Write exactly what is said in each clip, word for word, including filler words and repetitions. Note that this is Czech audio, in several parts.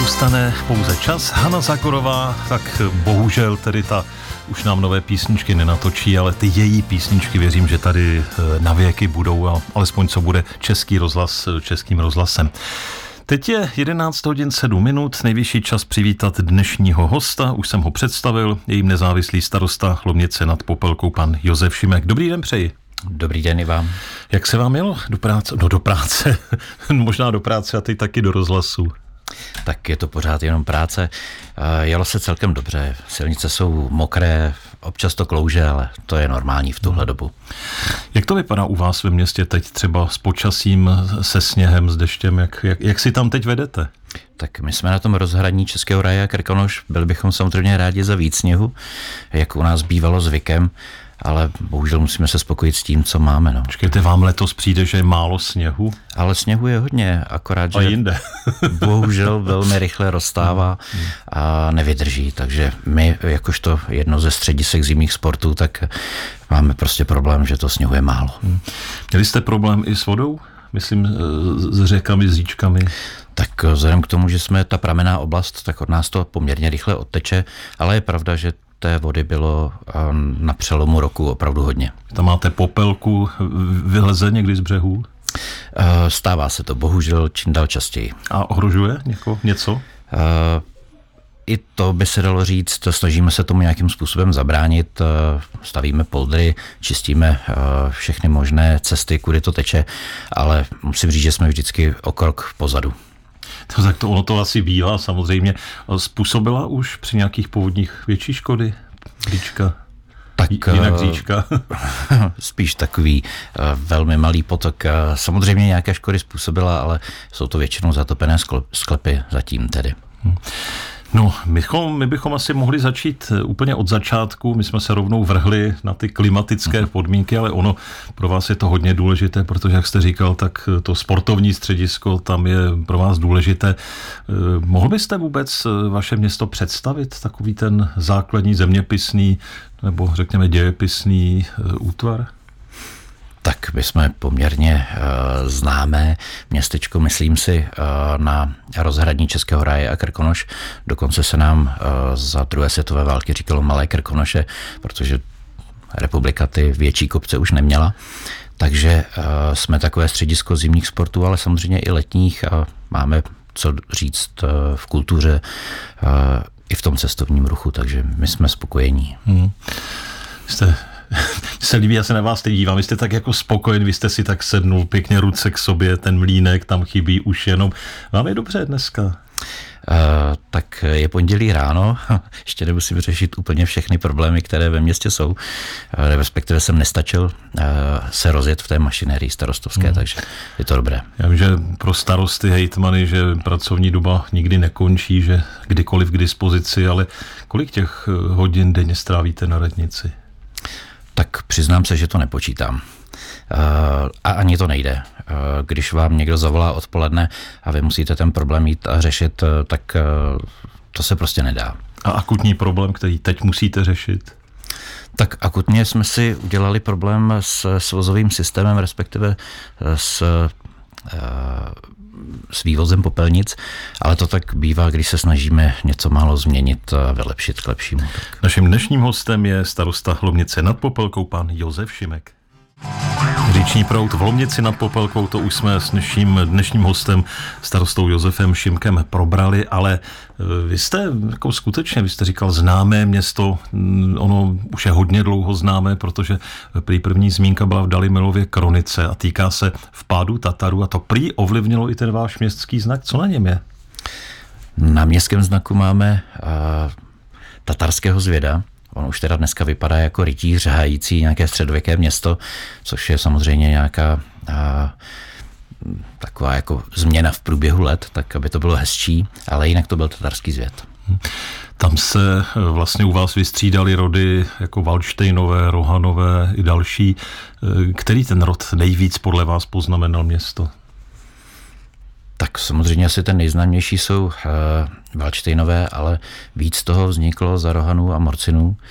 zůstane pouze čas. Hana Zagorová, tak bohužel tedy ta už nám nové písničky nenatočí, ale ty její písničky věřím, že tady na věky budou, a alespoň co bude Český rozhlas Českým rozhlasem. Teď je jedenáct hodin sedm minut, nejvyšší čas přivítat dnešního hosta, už jsem ho představil, jejím nezávislý starosta Lomnice nad Popelkou, pan Josef Šimek. Dobrý den přeji. Dobrý den i vám. Jak se vám jelo do práce? No do práce, možná do práce a teď taky do rozhlasu. Tak je to pořád jenom práce. Jelo se celkem dobře, silnice jsou mokré, občas to klouže, ale to je normální v tuhle dobu. Jak to vypadá u vás ve městě teď třeba s počasím, se sněhem, s deštěm, jak, jak, jak si tam teď vedete? Tak my jsme na tom rozhraní Českého ráje a Krkonoš, byli bychom samozřejmě rádi za víc sněhu, jak u nás bývalo zvykem, ale bohužel musíme se spokojit s tím, co máme. No. Počkejte, vám letos přijde, že je málo sněhu? Ale sněhu je hodně, akorát, že a jinde. bohužel velmi rychle roztává a nevydrží, takže my, jakožto jedno ze středisek zimních sportů, tak máme prostě problém, že to sněhu je málo. Měli jste problém i s vodou? Myslím, s řekami, s říčkami? Tak vzhledem k tomu, že jsme ta pramenná oblast, tak od nás to poměrně rychle odteče, ale je pravda, že té vody bylo na přelomu roku opravdu hodně. Tam máte Popelku, vyleze někdy z břehů? Stává se to bohužel čím dál častěji. A ohrožuje něko, něco? I to by se dalo říct, snažíme se tomu nějakým způsobem zabránit, stavíme poldry, čistíme všechny možné cesty, kudy to teče, ale musím říct, že jsme vždycky o krok pozadu. To, tak to ono to asi bývá samozřejmě. Způsobila už při nějakých povodních větší škody říčka? Tak, jinak říčka? Spíš takový velmi malý potok. Samozřejmě nějaké škody způsobila, ale jsou to většinou zatopené sklepy zatím tedy. Hmm. No, my bychom, my bychom asi mohli začít úplně od začátku. My jsme se rovnou vrhli na ty klimatické podmínky, ale ono pro vás je to hodně důležité, protože, jak jste říkal, tak to sportovní středisko tam je pro vás důležité. Mohl byste vůbec vaše město představit, takový ten základní zeměpisný nebo řekněme dějepisný útvar? Tak my jsme poměrně uh, známé městečko, myslím si, uh, na rozhraní Českého ráje a Krkonoš. Dokonce se nám uh, za druhé světové války říkalo Malé Krkonoše, protože republika ty větší kopce už neměla. Takže uh, jsme takové středisko zimních sportů, ale samozřejmě i letních a máme co říct uh, v kultuře uh, i v tom cestovním ruchu, takže my jsme spokojení. Hmm. Jste se líbí, já se na vás teď dívám, vy jste tak jako spokojen, vy jste si tak sednul pěkně ruce k sobě, ten mlýnek tam chybí už jenom. Vám je dobře dneska? Uh, tak je pondělí ráno, ještě nemusím řešit úplně všechny problémy, které ve městě jsou. Uh, respektive jsem nestačil uh, se rozjet v té mašinérii starostovské, hmm. takže je to dobré. Já vím, že pro starosty, hejtmany, že pracovní doba nikdy nekončí, že kdykoliv k dispozici, ale kolik těch hodin denně strávíte na radnici? Tak přiznám se, že to nepočítám. A ani to nejde. Když vám někdo zavolá odpoledne a vy musíte ten problém jít a řešit, tak to se prostě nedá. A akutní problém, který teď musíte řešit? Tak akutně jsme si udělali problém s svozovým systémem, respektive s s vývozem popelnic, ale to tak bývá, když se snažíme něco málo změnit a vylepšit k lepšímu. Tak. Naším dnešním hostem je starosta Lomnice nad Popelkou, pan Josef Šimek. Říční proud v Lomnici nad Popelkou, to už jsme s dnešním, dnešním hostem, starostou Josefem Šimkem, probrali, ale vy jste jako skutečně, vy jste říkal známé město, ono už je hodně dlouho známé, protože prý první zmínka byla v Dalimilově kronice a týká se vpádu Tatarů a to prý ovlivnilo i ten váš městský znak. Co na něm je? Na městském znaku máme uh, tatarského zvěda. On už teda dneska vypadá jako rytíř hájící nějaké středověké město, což je samozřejmě nějaká a, taková jako změna v průběhu let, tak aby to bylo hezčí, ale jinak to byl tatarský zvěd. Tam se vlastně u vás vystřídali rody jako Valdštejnové, Rohanové i další. Který ten rod nejvíc podle vás poznamenal město? Tak samozřejmě asi ten nejznámější jsou uh, Valdštejnové, ale víc toho vzniklo za Rohanů a Morcinů.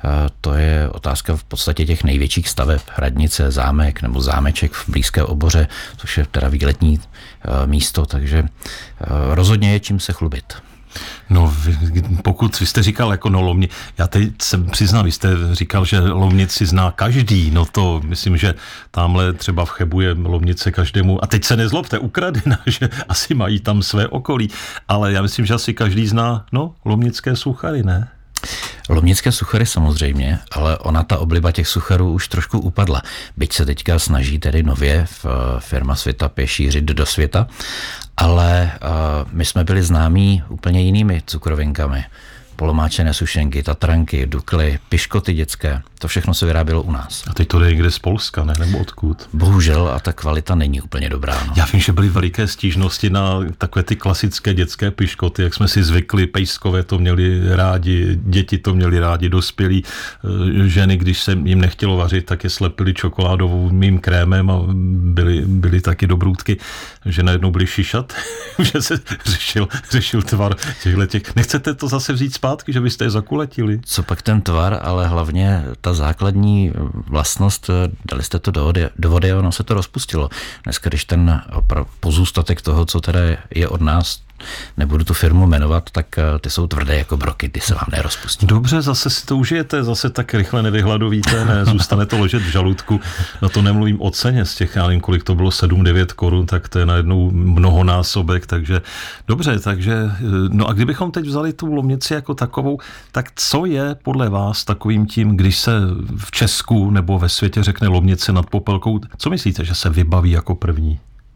To je otázka v podstatě těch největších staveb, hradnice, zámek nebo zámeček v blízké oboře, což je teda výletní místo, takže rozhodně je čím se chlubit. No, vy, pokud vy jste říkal jako no Lomnic, já teď jsem přiznal, vy jste říkal, že Lomnic si zná každý, no to myslím, že tamhle třeba v Chebu je Lomnice každému, a teď se nezlobte, ukradena, že asi mají tam své okolí, ale já myslím, že asi každý zná, no, lomnické suchary, ne? Lomnické suchary samozřejmě, ale ona ta obliba těch sucharů už trošku upadla. Byť se teďka snaží tedy nově firma Svitap šířit do světa, ale uh, my jsme byli známí úplně jinými cukrovinkami. Polomáčené sušenky, tatranky, dukly, piškoty dětské. To všechno se vyrábělo u nás. A teď to jde někde z Polska, ne? Nebo odkud? Bohužel a ta kvalita není úplně dobrá. No. Já vím, že byly veliké stížnosti na takové ty klasické dětské piškoty, jak jsme si zvykli, pejskové to měli rádi, děti to měli rádi, dospělí ženy, když se jim nechtělo vařit, tak je slepili čokoládovým krémem a byly, byly taky dobrůdky, že najednou byly šišat, že se řešil, řešil tvar těchto těch. Nechcete to zase vzít zpátky, že byste je zakuletili? Co pak ten tvar, ale hlavně ta základní vlastnost, dali jste to do vody, do vody a ono se to rozpustilo. Dneska, když ten pozůstatek toho, co teda je od nás, nebudu tu firmu jmenovat, tak ty jsou tvrdé jako broky, ty se vám nerozpustí. Dobře, zase si to užijete, zase tak rychle nevyhladovíte, ne, zůstane to ležet v žaludku. Na to nemluvím o ceně z těch, já nevím, kolik to bylo, sedm devět korun, tak to je najednou mnohonásobek, takže dobře, takže, no a kdybychom teď vzali tu Lomnici jako takovou, tak co je podle vás takovým tím, když se v Česku nebo ve světě řekne Lomnice nad Popelkou, co myslíte, že se vybaví jako první?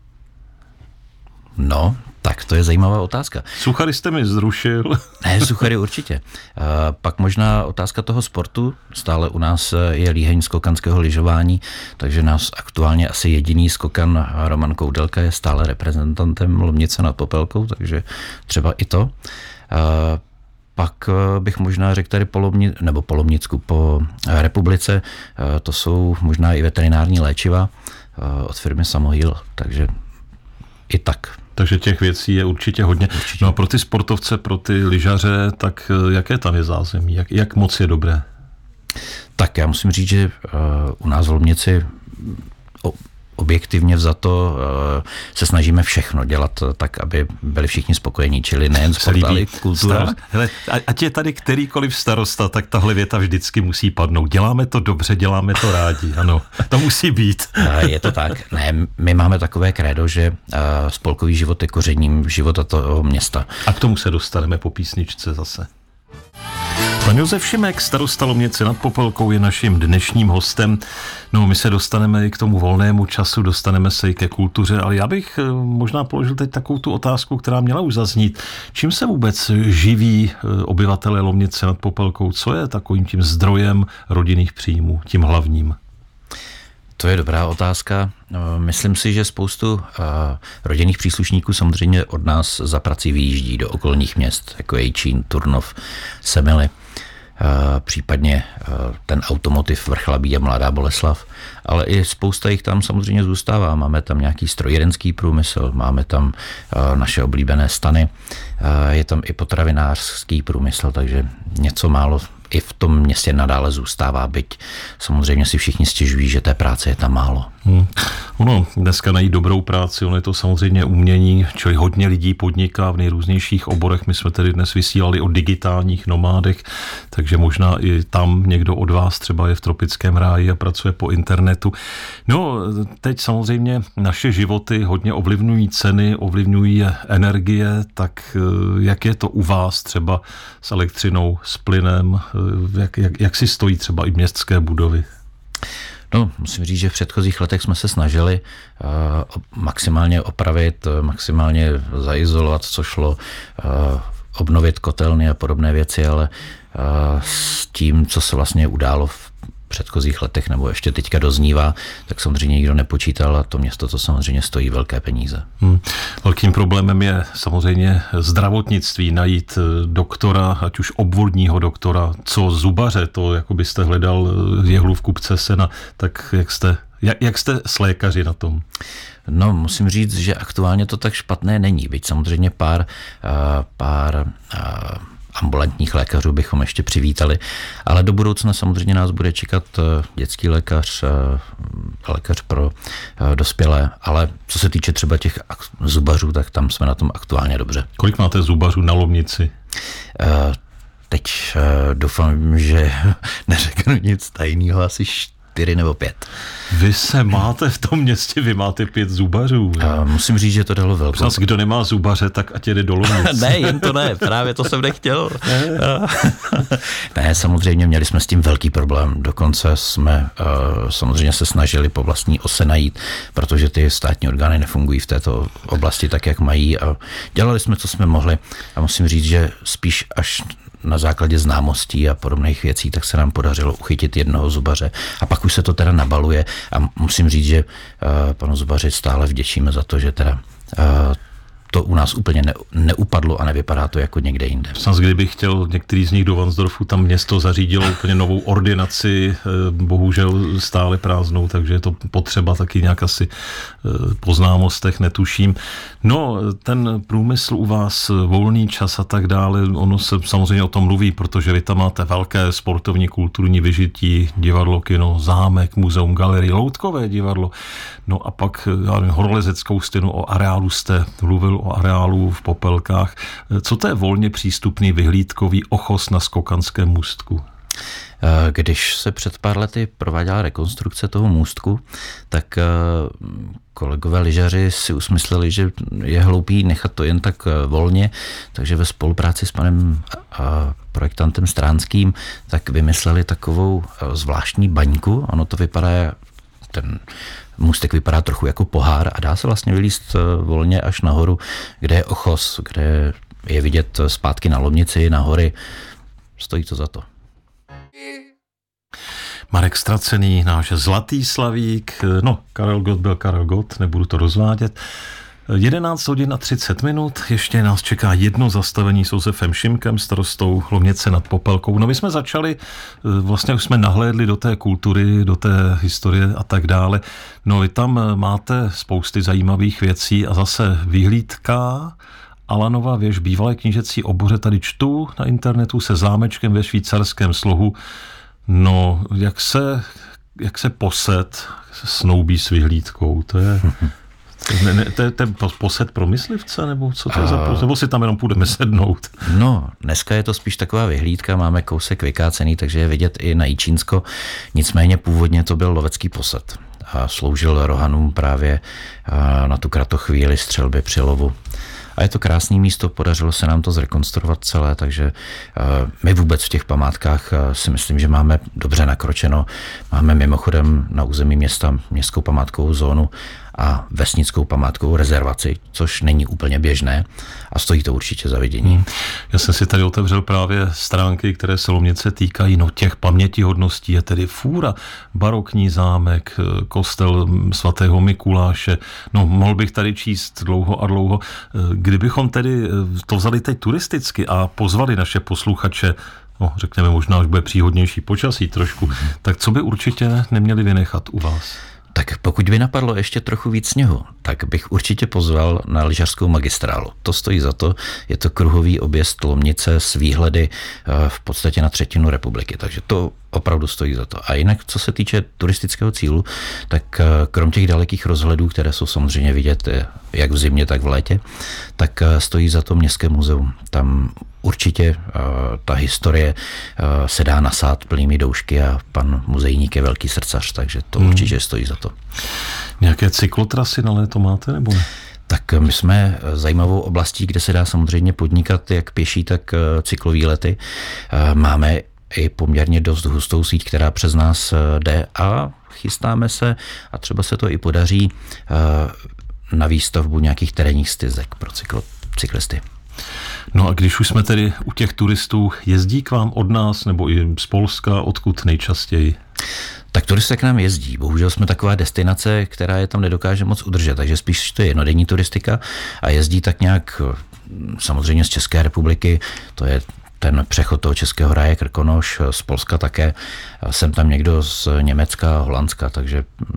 No, tak to je zajímavá otázka. Suchary jste mi zrušil. Ne, suchary určitě. Pak možná otázka toho sportu. Stále u nás je líheň skokanského lyžování, takže nás aktuálně asi jediný skokan Roman Koudelka je stále reprezentantem Lomnice nad Popelkou, takže třeba i to. Pak bych možná řekl tady po Lomni, nebo po Lomnicku, po republice, to jsou možná i veterinární léčiva od firmy Samoheal, takže i tak. Takže těch věcí je určitě hodně. Určitě. No a pro ty sportovce, pro ty lyžaře, tak jaké tam je zázemí? Jak, jak moc je dobré? Tak já musím říct, že u nás v Lomnici objektivně vzato se snažíme všechno dělat tak, aby byli všichni spokojení, čili nejen sport, ale i kultura. Hele, ať je tady kterýkoliv starosta, tak tahle věta vždycky musí padnout. Děláme to dobře, děláme to rádi, ano. To musí být. Je to tak. Ne, my máme takové krédo, že spolkový život je kořením života toho města. A k tomu se dostaneme po písničce zase. Pan Josef Šimek, starosta Lomnice nad Popelkou, je naším dnešním hostem. No, my se dostaneme i k tomu volnému času, dostaneme se i ke kultuře, ale já bych možná položil teď takovou tu otázku, která měla už zaznít. Čím se vůbec živí obyvatelé Lomnice nad Popelkou? Co je takovým tím zdrojem rodinných příjmů, tím hlavním? To je dobrá otázka. Myslím si, že spoustu rodinných příslušníků samozřejmě od nás za prací vyjíždí do okolních měst, jako Jičín, Turnov, Semily, případně ten automotiv Vrchlabí a Mladá Boleslav, ale i spousta jich tam samozřejmě zůstává. Máme tam nějaký strojírenský průmysl, máme tam naše oblíbené stany, je tam i potravinářský průmysl, takže něco málo i v tom městě nadále zůstává, byť samozřejmě si všichni stěžují, že té práce je tam málo. Hmm. Ono dneska najít dobrou práci, ono je to samozřejmě umění, čili hodně lidí podniká v nejrůznějších oborech. My jsme tedy dnes vysílali o digitálních nomádech, takže možná i tam někdo od vás třeba je v tropickém ráji a pracuje po internetu. No, teď samozřejmě naše životy hodně ovlivňují ceny, ovlivňují energie, tak jak je to u vás třeba s elektřinou, s plynem, jak, jak, jak si stojí třeba i městské budovy? No, musím říct, že v předchozích letech jsme se snažili uh, maximálně opravit, maximálně zaizolovat, co šlo, uh, obnovit kotelny a podobné věci, ale uh, s tím, co se vlastně událo v předchozích letech nebo ještě teďka doznívá, tak samozřejmě nikdo nepočítal a to město to samozřejmě stojí velké peníze. Hmm. Velkým problémem je samozřejmě zdravotnictví, najít doktora, ať už obvodního doktora, co zubaře, to jako byste hledal jehlu v kupce sena, tak jak jste, jak, jak jste s lékaři na tom? No, musím říct, že aktuálně to tak špatné není, byť samozřejmě pár, pár ambulantních lékařů bychom ještě přivítali, ale do budoucna samozřejmě nás bude čekat dětský lékař, lékař pro dospělé, ale co se týče třeba těch zubařů, tak tam jsme na tom aktuálně dobře. Kolik máte zubařů na Lomnici? Teď doufám, že neřeknu nic tajného, asi čtyři nebo pět. Vy se máte v tom městě, vy máte pět zubařů. A musím říct, že to dalo velkou. Zas, kdo nemá zubaře, tak ať jede do Lomnic. Ne, jen to ne, právě to jsem nechtěl. Ne, samozřejmě měli jsme s tím velký problém. Dokonce jsme uh, samozřejmě se snažili po vlastní ose najít, protože ty státní orgány nefungují v této oblasti tak, jak mají, a dělali jsme, co jsme mohli. A musím říct, že spíš až na základě známostí a podobných věcí, tak se nám podařilo uchytit jednoho zubaře. A pak už se to teda nabaluje a musím říct, že uh, panu zubaři stále vděčíme za to, že teda uh, to u nás úplně ne, neupadlo a nevypadá to jako někde jinde. Snad kdybych chtěl některý z nich do Varnsdorfu, tam město zařídilo úplně novou ordinaci, bohužel stále prázdnou, takže je to potřeba taky nějak asi po známostech, netuším. No, ten průmysl u vás, volný čas a tak dále, ono se samozřejmě o tom mluví, protože vy tam máte velké sportovní kulturní vyžití, divadlo, kino, zámek, muzeum, galerii, loutkové divadlo. No a pak já nevím, horolezeckou stěnu, o areálu jste mluvil, o areálu v Popelkách. Co to je volně přístupný vyhlídkový ochos na Skokanském můstku? Když se před pár lety prováděla rekonstrukce toho můstku, tak kolegové lyžaři si usmysleli, že je hloupý nechat to jen tak volně, takže ve spolupráci s panem projektantem Stránským tak vymysleli takovou zvláštní baňku. Ono to vypadá, ten můstek vypadá trochu jako pohár a dá se vlastně vylízt volně až nahoru, kde je ochos, kde je vidět zpátky na Lomnici, na hory. Stojí to za to. Marek Ztracený, náš zlatý slavík, no Karel Gott byl Karel Gott, nebudu to rozvádět. jedenáct hodin a třicet minut, ještě nás čeká jedno zastavení s Josefem Šimkem, starostou Lomnice nad Popelkou. No my jsme začali, vlastně už jsme nahlédli do té kultury, do té historie a tak dále. No vy tam máte spousty zajímavých věcí a zase vyhlídka, Alanova věž, bývalé knížecí oboře, tady čtu na internetu, se zámečkem ve švýcarském slohu. No, jak se, jak se posed snoubí s vyhlídkou, to je... Ne, ne, to je ten posed pro myslivce, nebo co to je za posed? Nebo si tam jenom půjdeme sednout? No, dneska je to spíš taková vyhlídka, máme kousek vykácený, takže je vidět i na Jičínsko. Nicméně původně to byl lovecký posed a sloužil rohanům právě na tu kratochvíli střelby při lovu. A je to krásné místo, podařilo se nám to zrekonstruovat celé, takže my vůbec v těch památkách si myslím, že máme dobře nakročeno. Máme mimochodem na území města městskou památkovou zónu a vesnickou památkovou rezervaci, což není úplně běžné a stojí to určitě za vidění. Hmm. Já jsem si tady otevřel právě stránky, které se Lomnice týkají, no těch pamětihodností je tedy fůra, barokní zámek, kostel svatého Mikuláše, no mohl bych tady číst dlouho a dlouho. Kdybychom tedy to vzali teď turisticky a pozvali naše posluchače, no řekněme možná, až bude příhodnější počasí trošku, hmm. tak co by určitě neměli vynechat u vás? Tak pokud by napadlo ještě trochu víc sněhu, tak bych určitě pozval na lyžařskou magistrálu. To stojí za to, je to kruhový objezd Lomnice s výhledy v podstatě na třetinu republiky, takže to opravdu stojí za to. A jinak, co se týče turistického cílu, tak krom těch dalekých rozhledů, které jsou samozřejmě vidět jak v zimě, tak v létě, tak stojí za to Městské muzeum. Tam určitě uh, ta historie uh, se dá nasát plnými doušky a pan muzejník je velký srdcař, takže to hmm. určitě stojí za to. Nějaké cyklotrasy na léto máte, nebo ne? Tak my jsme zajímavou oblastí, kde se dá samozřejmě podnikat jak pěší, tak cyklovýlety. Uh, máme i poměrně dost hustou síť, která přes nás jde a chystáme se a třeba se to i podaří uh, na výstavbu nějakých terénních stezek pro cyklo, cyklisty. No a když už jsme tedy u těch turistů, jezdí k vám od nás nebo i z Polska, odkud nejčastěji? Tak turisté k nám jezdí. Bohužel jsme taková destinace, která je tam nedokáže moc udržet, takže spíš to je jednodenní turistika a jezdí tak nějak samozřejmě z České republiky, to je ten přechod toho Českého ráje Krkonoš, z Polska také, jsem tam někdo z Německa, Holandska, takže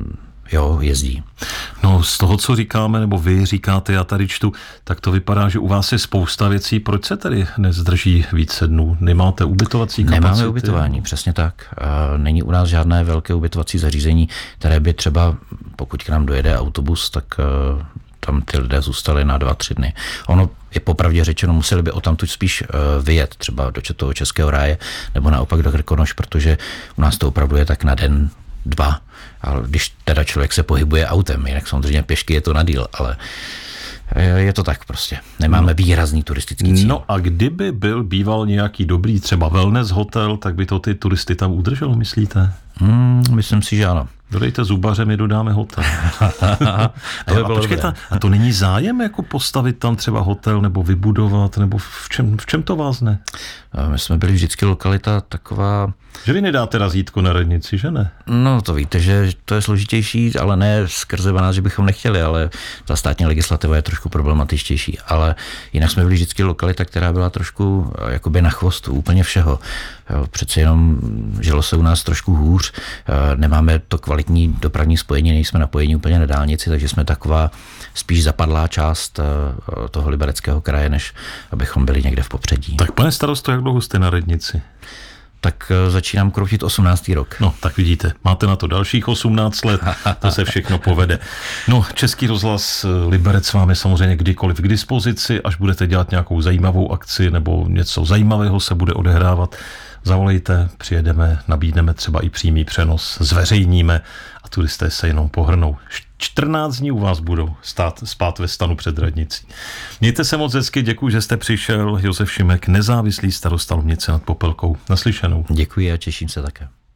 Jo, jezdí. No z toho, co říkáme, nebo vy říkáte, já tady čtu, tak to vypadá, že u vás je spousta věcí. Proč se tedy nezdrží více dnů? Nemáte ubytovací kapacity? Nemáme ubytování, přesně tak. Není u nás žádné velké ubytovací zařízení, které by třeba, pokud k nám dojede autobus, tak tam ty lidé zůstali na dva, tři dny. Ono je popravdě řečeno, museli by odtamtud spíš vyjet třeba do toho Českého ráje, nebo naopak do Krkonoš, protože u nás to opravdu je tak na den, dva. Ale když teda člověk se pohybuje autem, jinak samozřejmě pěšky je to na díl, ale je to tak prostě. Nemáme no. výrazný turistický cíl. No a kdyby byl býval nějaký dobrý třeba wellness hotel, tak by to ty turisty tam udrželo, myslíte? Hmm, myslím si, že ano. Dodejte zubaře, my dodáme hotel. to by a, počkejte, a to není zájem jako postavit tam třeba hotel nebo vybudovat, nebo v čem, v čem to vázne? My jsme byli vždycky lokalita taková... Že vy nedáte razítko na radnici, že ne? No to víte, že to je složitější, ale ne skrze nás, že bychom nechtěli, ale ta státní legislativa je trošku problematičtější. Ale jinak jsme byli vždycky lokalita, která byla trošku jakoby na chvostu úplně všeho. Přece jenom žilo se u nás trošku hůř, nemáme to kvalitní dopravní spojení, nejsme napojení úplně na dálnici, takže jsme taková spíš zapadlá část toho Libereckého kraje, než abychom byli někde v popředí. Tak pane starosto, jak dlouho jste na radnici? Tak začínám kroutit osmnáctý rok. No, tak vidíte, máte na to dalších osmnáct let, to se všechno povede. No, Český rozhlas Liberec vám je samozřejmě kdykoliv k dispozici, až budete dělat nějakou zajímavou akci nebo něco zajímavého se bude odehrávat. Zavolejte, přijedeme, nabídneme třeba i přímý přenos, zveřejníme a turisté se jenom pohrnou. čtrnáct dní u vás budou stát, spát ve stanu před radnicí. Mějte se moc hezky, děkuji, že jste přišel. Josef Šimek, nezávislý starosta Lomnice nad Popelkou. Naslyšenou. Děkuji a těším se také.